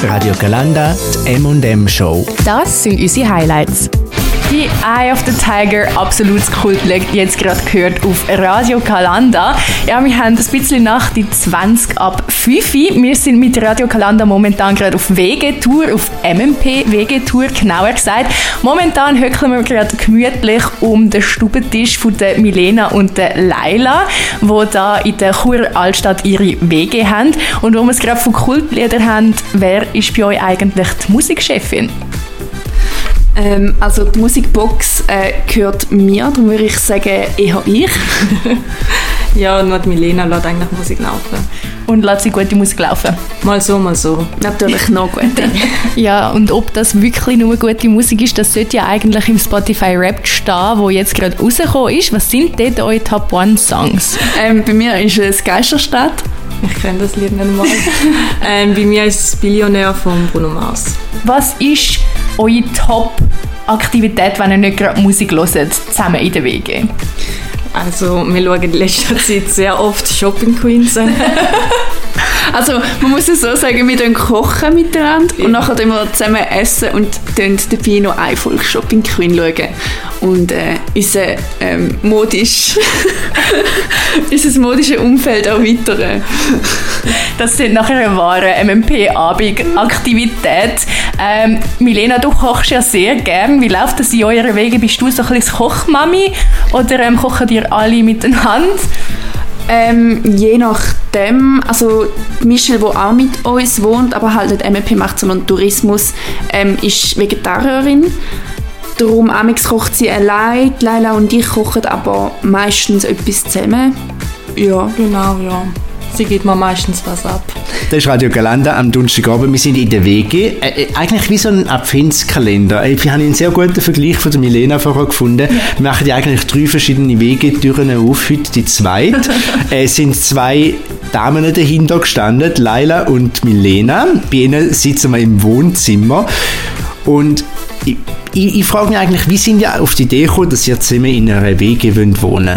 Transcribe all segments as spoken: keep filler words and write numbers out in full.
Radio Galanda, die M und M Show. Das sind unsere Highlights. Die Eye of the Tiger, absolutes Kultlied, jetzt gerade gehört auf Radio Galanda. Ja, wir haben ein bisschen nach die zwanzig ab fünf. Wir sind mit Radio Galanda momentan gerade auf Wegetour, auf M M P-Wegetour, genauer gesagt. Momentan hückeln wir gerade gemütlich um den Stubentisch von der Milena und der Laila, die da in der Churer Altstadt ihre Wege haben. Und wo wir es gerade von Kultliedern haben, wer ist bei euch eigentlich die Musikchefin? Ähm, also die Musikbox äh, gehört mir, darum würde ich sagen, eher ich. Ja, nur die Milena lässt eigentlich Musik laufen. Und lässt sie gute Musik laufen? Mal so, mal so. Natürlich noch gute. Ja, und ob das wirklich nur gute Musik ist, das sollte ja eigentlich im Spotify Wrapped stehen, wo jetzt gerade rausgekommen ist. Was sind dort eure Top eins Songs? Ähm, bei mir ist es «Geisterstadt». Ich kenne das Lied nicht mal. ähm, bei mir ist es «Billionär» von Bruno Mars. Was ist eure Top-Aktivität, wenn ihr nicht gerade Musik hört, zusammen in der W G? Also, wir schauen in letzter Zeit sehr oft Shopping Queens an. Also, man muss es so sagen, wir kochen miteinander und nachher tun wir zusammen essen und dann dabei noch eine Folge Shopping Queen schauen. Und äh, unser ähm, modisch unser modisches Umfeld erweitern. Das sind nachher eine wahre M M P-Abend-Aktivität. Ähm, Milena, du kochst ja sehr gern. Wie läuft das in euren Wegen? Bist du so ein bisschen Kochmami oder ähm, kochen ihr alle miteinander? Ähm, je nachdem, also Michelle, die auch mit uns wohnt, aber halt nicht M M P macht, sondern Tourismus, ähm, ist Vegetarierin. Darum amigs kocht sie allein, Leila und ich kochen aber meistens etwas zusammen. Ja. Genau, ja. Sie gibt mir meistens was ab. Das ist Radio Galanda am Donnerstagabend. Wir sind in der W G. Äh, eigentlich wie so ein Adventskalender. Ich habe einen sehr guten Vergleich von der Milena vorher gefunden. Ja. Wir machen ja eigentlich drei verschiedene Wegetüren auf, heute die zweite. Es sind zwei Damen dahinter gestanden, Laila und Milena. Bei ihnen sitzen wir im Wohnzimmer. Und ich, ich, ich frage mich eigentlich, wie sind ihr auf die Idee gekommen, dass ihr zusammen in einer W G wohnen wollt?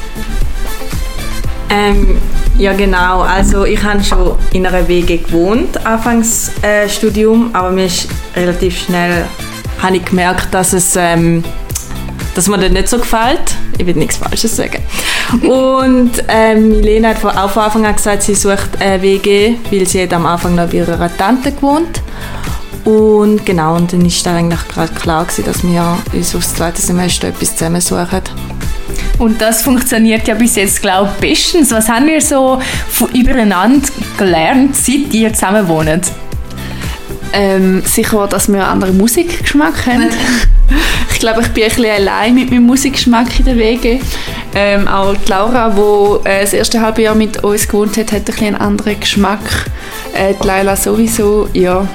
Ähm, ja genau, also ich habe schon in einer W G gewohnt, anfangs äh, Studium, aber mir ist relativ schnell habe ich gemerkt, dass es ähm, dass mir das nicht so gefällt. Ich will nichts Falsches sagen. Und ähm, Milena hat auch von Anfang an gesagt, sie sucht eine W G, weil sie hat am Anfang noch bei ihrer Tante gewohnt. Und genau, und dann war eigentlich gerade klar gewesen, dass wir uns aufs zweite Semester etwas zusammen suchen. Und das funktioniert ja bis jetzt, glaube ich, bestens. Was haben wir so von übereinander gelernt, seit ihr zusammen wohnt? Ähm, sicher, dass wir einen anderen Musikgeschmack haben. Ich glaube, ich bin ein bisschen allein mit meinem Musikgeschmack in der W G. Ähm, auch die Laura, die äh, das erste halbe Jahr mit uns gewohnt hat, hat ein bisschen einen anderen Geschmack. Äh, die Laila sowieso, ja.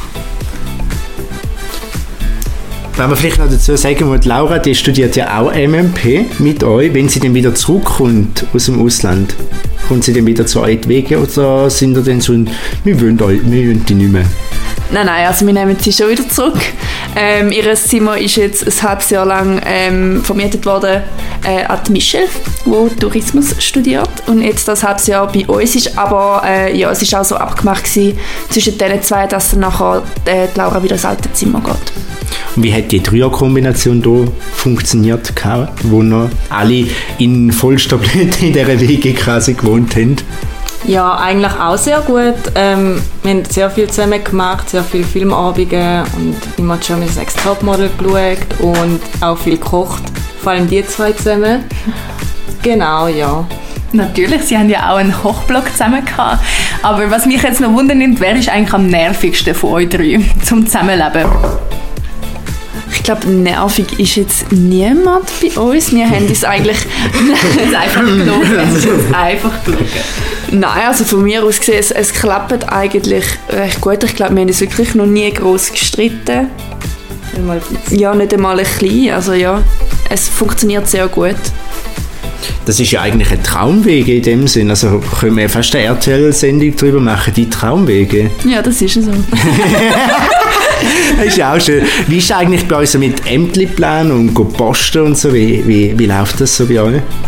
Wenn wir vielleicht noch dazu sagen, wo die Laura, die studiert ja auch M M P mit euch. Wenn sie dann wieder zurückkommt aus dem Ausland, kommt sie dann wieder zu euch in die Wege oder sind ihr dann so ein, wir wollen, euch, wir wollen die nicht mehr? Nein, nein, also wir nehmen sie schon wieder zurück. Ähm, ihr Zimmer ist jetzt ein halbes Jahr lang ähm, vermietet worden äh, an die Michelle, die Tourismus studiert und jetzt das halbes Jahr bei uns ist. Aber äh, ja, es war auch so abgemacht gewesen, zwischen diesen zwei, dass dann nachher äh, die Laura wieder ins alte Zimmer geht. Und wie hat die Dreier-Kombination hier funktioniert, wo noch alle in vollster Blüte in dieser W G quasi gewohnt haben? Ja, eigentlich auch sehr gut. Ähm, wir haben sehr viel zusammen gemacht, sehr viele Filmabende und immer schon mit Next Topmodel geschaut und auch viel gekocht. Vor allem die zwei zusammen. Genau, ja. Natürlich, sie haben ja auch einen Kochblock zusammen gehabt. Aber was mich jetzt noch wundernimmt, wer ist eigentlich am nervigsten von euch drei zum Zusammenleben? Ich glaube, nervig ist jetzt niemand bei uns. Wir haben es eigentlich... Es ist einfach gelogen. Es ist einfach gelogen. Nein, also von mir aus gesehen, es, es klappt eigentlich recht gut. Ich glaube, wir haben uns wirklich noch nie gross gestritten. Ja, nicht einmal ein bisschen. Also ja, es funktioniert sehr gut. Das ist ja eigentlich eine Traumwege in dem Sinn. Also können wir fast eine R T L-Sendung darüber machen, die Traumwege. Ja, das ist so. Das ist ja auch schön. Wie ist es eigentlich bei euch so mit Ämterplan und posten und so? Wie, wie, wie läuft das so bei euch?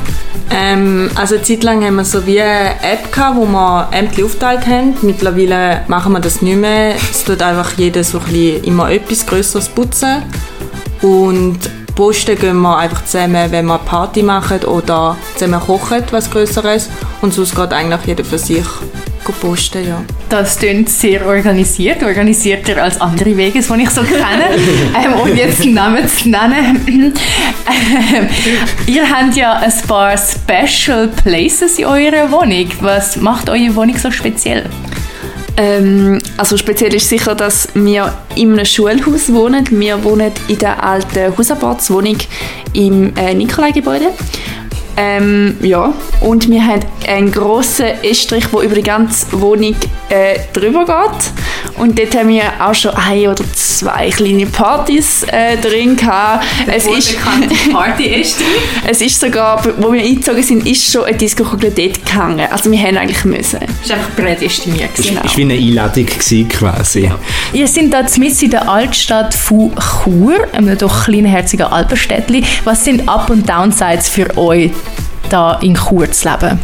Ähm, also eine Zeit lang haben wir so wie eine App gehabt, wo wir Ämter aufgeteilt haben. Mittlerweile machen wir das nicht mehr. Es tut einfach jeder so ein bisschen immer etwas Größeres putzen. Und posten gehen wir einfach zusammen, wenn wir eine Party machen oder zusammen kochen, was Größeres. Und sonst geht eigentlich jeder für sich posten, ja. Das klingt sehr organisiert, organisierter als andere Wege, die ich so kenne, ähm, um jetzt einen Namen zu nennen. ähm, ihr habt ja ein paar Special Places in eurer Wohnung. Was macht eure Wohnung so speziell? Ähm, also speziell ist sicher, dass wir in einem Schulhaus wohnen. Wir wohnen in der alten Hausarztwohnung im äh, Nikolai-Gebäude. Ähm, ja, und wir haben einen grossen Estrich, der über die ganze Wohnung äh, drüber geht. Und dort haben wir auch schon ein oder zwei kleine Partys äh, drin gehabt. Der es ist Party-Estrich. Es ist sogar, wo wir eingezogen sind, ist schon eine Disco-Kugel dort gehangen. Also wir haben eigentlich müssen. Das war einfach prädestiniert. Genau. Das war wie eine Einladung gewesen, quasi. Ja. Ihr seid da mitten in der Altstadt von Chur, einem doch kleinherzigen Alpenstädtli. Was sind Up- und Downsides für euch, da in Chur zu leben?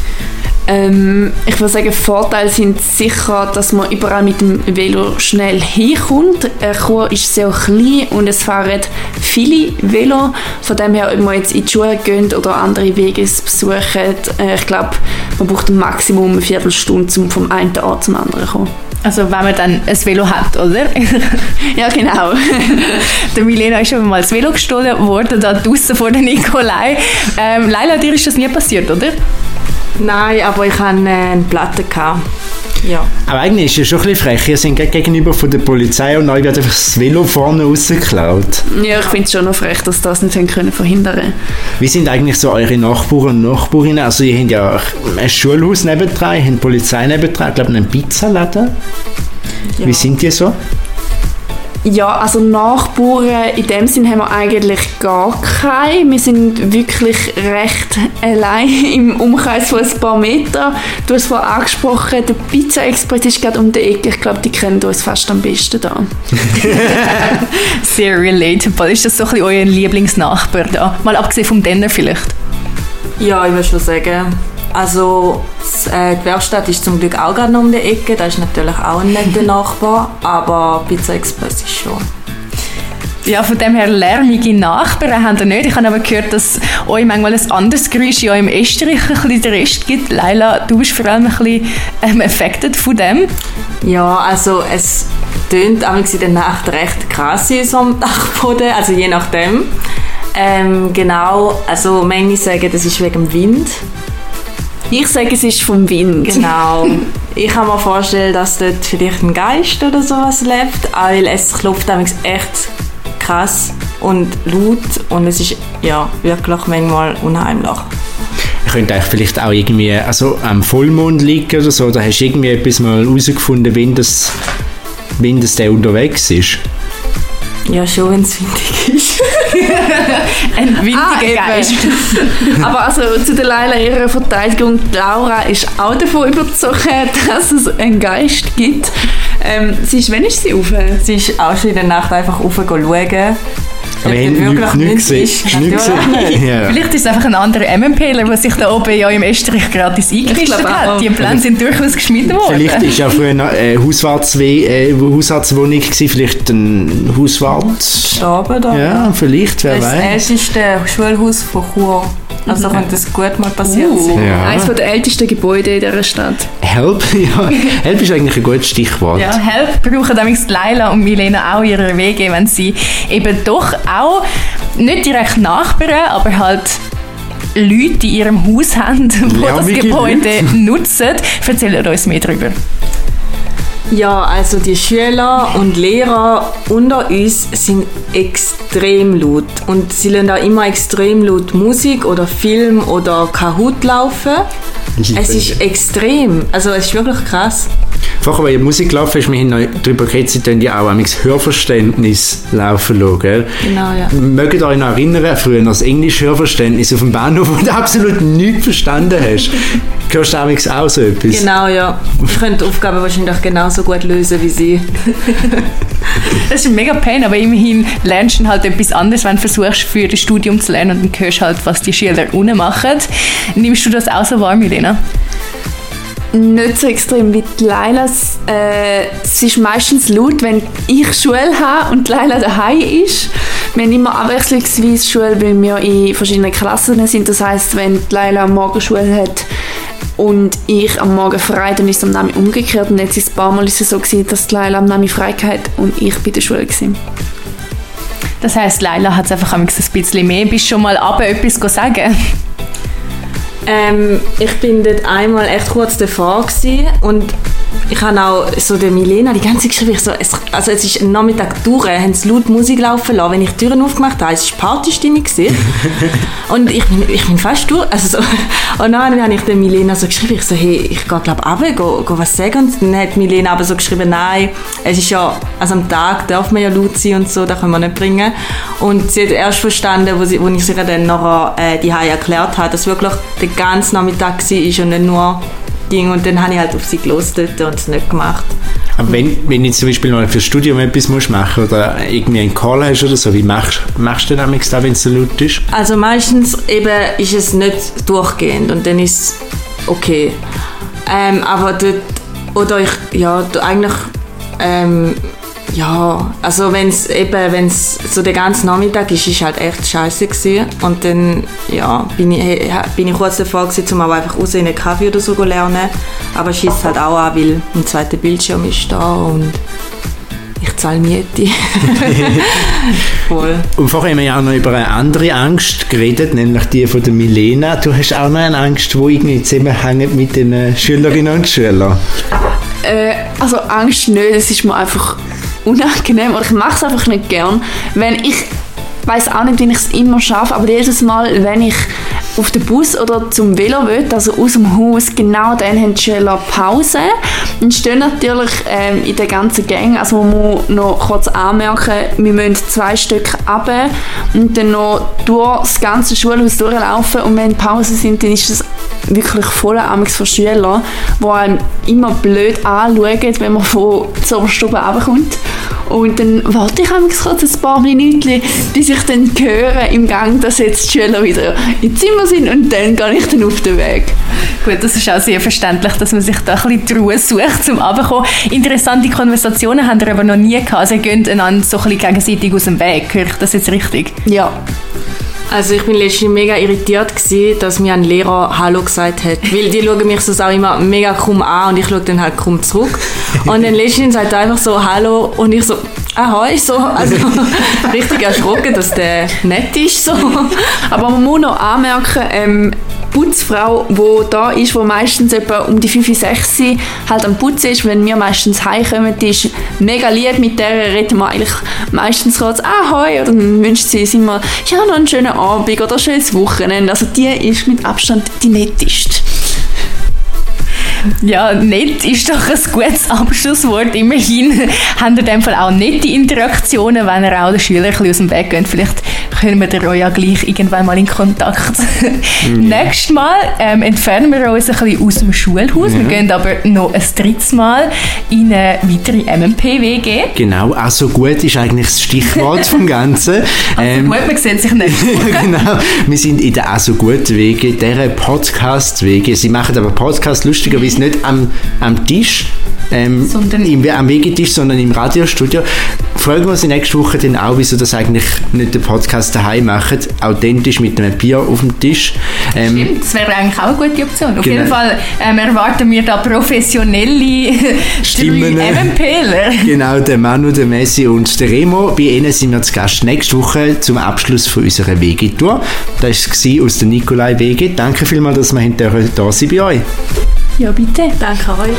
Ähm, ich würde sagen, Vorteile sind sicher, dass man überall mit dem Velo schnell hinkommt. Äh, Chur ist sehr klein und es fahren viele Velo. Von dem her, ob man jetzt in die Schule geht oder andere Wege besuchen, äh, ich glaube, man braucht ein Maximum eine Viertelstunde, um vom einen Ort zum anderen zu kommen. Also wenn man dann ein Velo hat, oder? Ja, genau. Der Milena ist schon mal das Velo gestohlen worden, da draussen vor der Nikolai. Ähm, Laila, dir ist das nie passiert, oder? Nein, aber ich hatte eine Platte gehabt. Ja. Aber eigentlich ist es schon ein bisschen frech. Ihr seid gegenüber von der Polizei und euch wird einfach das Velo vorne rausgeklaut. Ja, ich finde es schon noch frech, dass das nicht können verhindern. Wie sind eigentlich so eure Nachbarn und Nachbarinnen? Also ihr habt ja ein Schulhaus nebendran, ihr habt die Polizei nebendran, ich glaube einen Pizzaladen. Ja. Wie sind die so? Ja, also Nachbarn in dem Sinn haben wir eigentlich gar keine. Wir sind wirklich recht allein im Umkreis von ein paar Metern. Du hast es vorhin angesprochen, der Pizza Express ist gerade um die Ecke. Ich glaube, die kennen uns fast am besten da. Sehr relatable. Ist das so ein bisschen euer Lieblingsnachbar da? Mal abgesehen vom Denner vielleicht? Ja, ich würde schon sagen. Also äh, die Werkstatt ist zum Glück auch gerade noch um die Ecke, da ist natürlich auch ein netter Nachbar, aber Pizza Express ist schon. Ja, von dem her lärmige Nachbarn haben ihr nicht. Ich habe aber gehört, dass euch manchmal ein anderes Geräusch in eurem Estrich ein bisschen den Rest gibt. Laila, du bist vor allem ein bisschen ähm, affected von dem. Ja, also es tönt in der Nacht recht krass in so einem Dachboden, also je nachdem. Ähm, genau, also manche sagen, das ist wegen dem Wind. Ich sage, es ist vom Wind. Genau. Ich kann mir vorstellen, dass dort vielleicht ein Geist oder sowas lebt, weil es klopft echt krass und laut und es ist ja wirklich manchmal unheimlich. Ich könnte eigentlich vielleicht auch irgendwie also am Vollmond liegen oder so, da hast du irgendwie etwas mal herausgefunden, wenn das, wenn das der unterwegs ist. Ja, schon, wenn es windig ist. Ein windiger ah, Geist. Aber also zu der Laila ihrer Verteidigung, Laura ist auch davon überzeugt, dass es einen Geist gibt. Ähm, sie ist, wann ist sie rauf? Sie ist auch schon in der Nacht einfach rauf schauen. Aber wir haben nichts gesehen. Ja. Vielleicht ist es einfach ein anderer MMPler, der sich da oben ja im Estrich gratis eingelistet hat. Die Pläne sind durchaus geschmieden worden. Vielleicht war ja früher eine äh, Hauswartswohnung gewesen, vielleicht ein Hauswart. Gestorben da. Ja, vielleicht, wer weiß. Es ist das Schulhaus von Chur. Also könnte das gut mal passiert uh, sein. Ja. Eines der ältesten Gebäude in dieser Stadt. Help, ja. Help ist eigentlich ein gutes Stichwort. Ja, Help brauchen nämlich Laila und Milena auch ihre Wege, wenn sie eben doch auch nicht direkt Nachbarn, aber halt Leute in ihrem Haus haben, die ja, das Gebäude Leute. nutzen. Erzählt uns mehr darüber. Ja, also die Schüler und Lehrer unter uns sind extrem laut und sie lassen auch immer extrem laut Musik oder Film oder Kahoot laufen. Es ist extrem, also es ist wirklich krass. Vorher, weil die Musik laufen ist, wir haben noch darüber geredet, sie tun ja auch am Hörverständnis laufen lassen, gell? Genau, ja. Mögt ihr euch noch erinnern, früher das englische Hörverständnis auf dem Bahnhof, wo du absolut nichts verstanden hast? Hörst du auch so etwas? Genau, ja. Ich könnte die Aufgabe wahrscheinlich genauso gut lösen wie sie. Das ist ein mega Pain, aber immerhin lernst du halt etwas anderes, wenn du versuchst, für das Studium zu lernen und dann hörst halt, was die Schüler unten machen. Nimmst du das auch so wahr, Milena? Nicht so extrem wie die Leila. Äh, es ist meistens laut, wenn ich Schule habe und die Leila daheim ist. Wir haben immer abwechslungsweise Schule, weil wir in verschiedenen Klassen sind. Das heisst, wenn die Leila am Morgen Schule hat und ich am Morgen frei, dann ist es am Nachmittag umgekehrt. Und jetzt ist es ein paar Mal ist es so gewesen, dass die Leila am Nachmittag frei hatte und ich bei der Schule war. Das heisst, Leila hat es einfach ein bisschen mehr. Bist du schon mal runter etwas sagen? Ähm, ich bin dort einmal echt kurz davor gewesen und ich habe auch so der Milena die ganze Zeit geschrieben, ich so, es, also es ist ein Nachmittag durch, haben sie laut Musik laufen lassen, wenn ich die Türen aufgemacht habe, es war Partystimmung und ich bin, ich bin fast durch, also so, und dann habe ich der Milena so geschrieben, ich so, hey, ich gehe glaube runter, go, go was sagen, und dann hat Milena aber so geschrieben, nein, es ist ja, also am Tag darf man ja laut sein und so, das können wir nicht bringen, und sie hat erst verstanden, wo, sie, wo ich sie dann nachher äh, die Hause erklärt habe, dass wirklich der ganze Nachmittag war und nicht nur Ding, und dann habe ich halt auf sie gelesen und es nicht gemacht. Aber wenn, wenn du zum Beispiel noch fürs Studium etwas musst machen oder irgendwie einen Call hast oder so, wie machst, machst du das, wenn es so laut ist? Also meistens eben ist es nicht durchgehend und dann ist es okay. Ähm, aber dort, oder ich, ja, eigentlich, ähm, ja, also wenn es eben, wenn es so den ganzen Nachmittag ist, ist halt echt scheiße gewesen. Und dann, ja, bin ich, bin ich kurz davor gewesen, um auch einfach raus in einen Kaffee oder so zu lernen. Aber es schießt halt auch an, weil ein zweiter Bildschirm ist da und ich zahle Miete. Voll. Und vorher haben wir ja auch noch über eine andere Angst geredet, nämlich die von der Milena. Du hast auch noch eine Angst, die irgendwie zusammenhängt mit den Schülerinnen und Schülern. Äh, also Angst nicht, es ist mir einfach unangenehm oder ich mache es einfach nicht gern. Wenn ich weiß auch nicht, wie ich es immer schaffe, aber jedes Mal, wenn ich auf den Bus oder zum Velo will, also aus dem Haus, genau dann haben die Schüler Pause und stehen natürlich ähm, in der ganzen Gang, also man muss noch kurz anmerken, wir müssen zwei Stück runter und dann noch durch das ganze Schulhaus durchlaufen, und wenn Pause sind, dann ist es wirklich voller Amix von Schülern, die einem immer blöd anschauen, wenn man von zur Oberstube runterkommt. Und dann warte ich kurz ein paar Minuten, bis ich dann höre im Gang, dass jetzt die Schüler wieder im Zimmer sind, und dann gehe ich dann auf den Weg. Gut, das ist auch sehr verständlich, dass man sich da ein bisschen die Ruhe sucht, zum runterkommen. Interessante Konversationen haben wir aber noch nie gehabt. Sie gehen einander so ein bisschen gegenseitig aus dem Weg. Höre ich das jetzt richtig? Ja. Also ich bin letztens mega irritiert gewesen, dass mir ein Lehrer Hallo gesagt hat, weil die schauen mich sonst auch immer mega krumm an und ich schaue dann halt krumm zurück. Und dann letztens sagt er einfach so Hallo und ich so Ahoi, so, also richtig erschrocken, dass der nett ist. So. Aber man muss noch anmerken, ähm, die Putzfrau, die da ist, die meistens etwa um die fünf, sechs halt am Putzen ist, wenn wir meistens heimkommen, die ist mega lieb, mit der reden wir eigentlich meistens kurz Ahoi, oder dann wünscht sie uns immer ja, noch einen schönen Abend oder ein schönes Wochenende. Also die ist mit Abstand die netteste. Ja, nett ist doch ein gutes Abschlusswort. Immerhin habt ihr in dem Fall auch nette Interaktionen, wenn ihr auch den Schülern ein bisschen aus dem Weg geht. Vielleicht können wir euch ja gleich irgendwann mal in Kontakt. Mhm. Nächstes Mal ähm, entfernen wir uns ein bisschen aus dem Schulhaus. Mhm. Wir gehen aber noch ein drittes Mal in eine weitere M M P-W G. Genau, auch so gut ist eigentlich das Stichwort vom Ganzen. Also ähm, gut, man sieht sich nicht. Genau, wir sind in der «Auch so gut» W G, dieser Podcast-W G. Sie machen aber Podcast lustigerweise nicht am, am Tisch, ähm, sondern im, am Wegetisch, sondern im Radiostudio. Fragen wir uns nächste Woche dann auch, wieso das eigentlich nicht den Podcast daheim machen, authentisch mit einem Bier auf dem Tisch. Ähm, Stimmt, das wäre eigentlich auch eine gute Option. Auf genau. jeden Fall ähm, erwarten wir da professionelle Stimmen. M M Pler. Genau, der Manu, der Messi und der Remo. Bei ihnen sind wir zu Gast nächste Woche zum Abschluss von unserer W G-Tour. Das war aus der Nikolai-W G. Danke vielmals, dass wir da sind bei euch. Ja, bitte. Danke euch.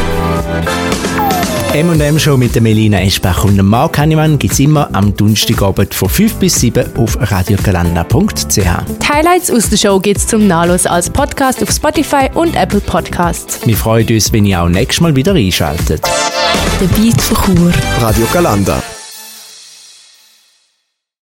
M und M Show mit der Melina Eschbach und dem Marc Hannemann gibt es immer am Donnerstagabend von fünf bis sieben auf radiogalanda punkt c h. Die Highlights aus der Show gibt es zum Nachlesen als Podcast auf Spotify und Apple Podcasts. Wir freuen uns, wenn ihr auch nächstes Mal wieder einschaltet. Der Beat von Chur. Radio Galanda.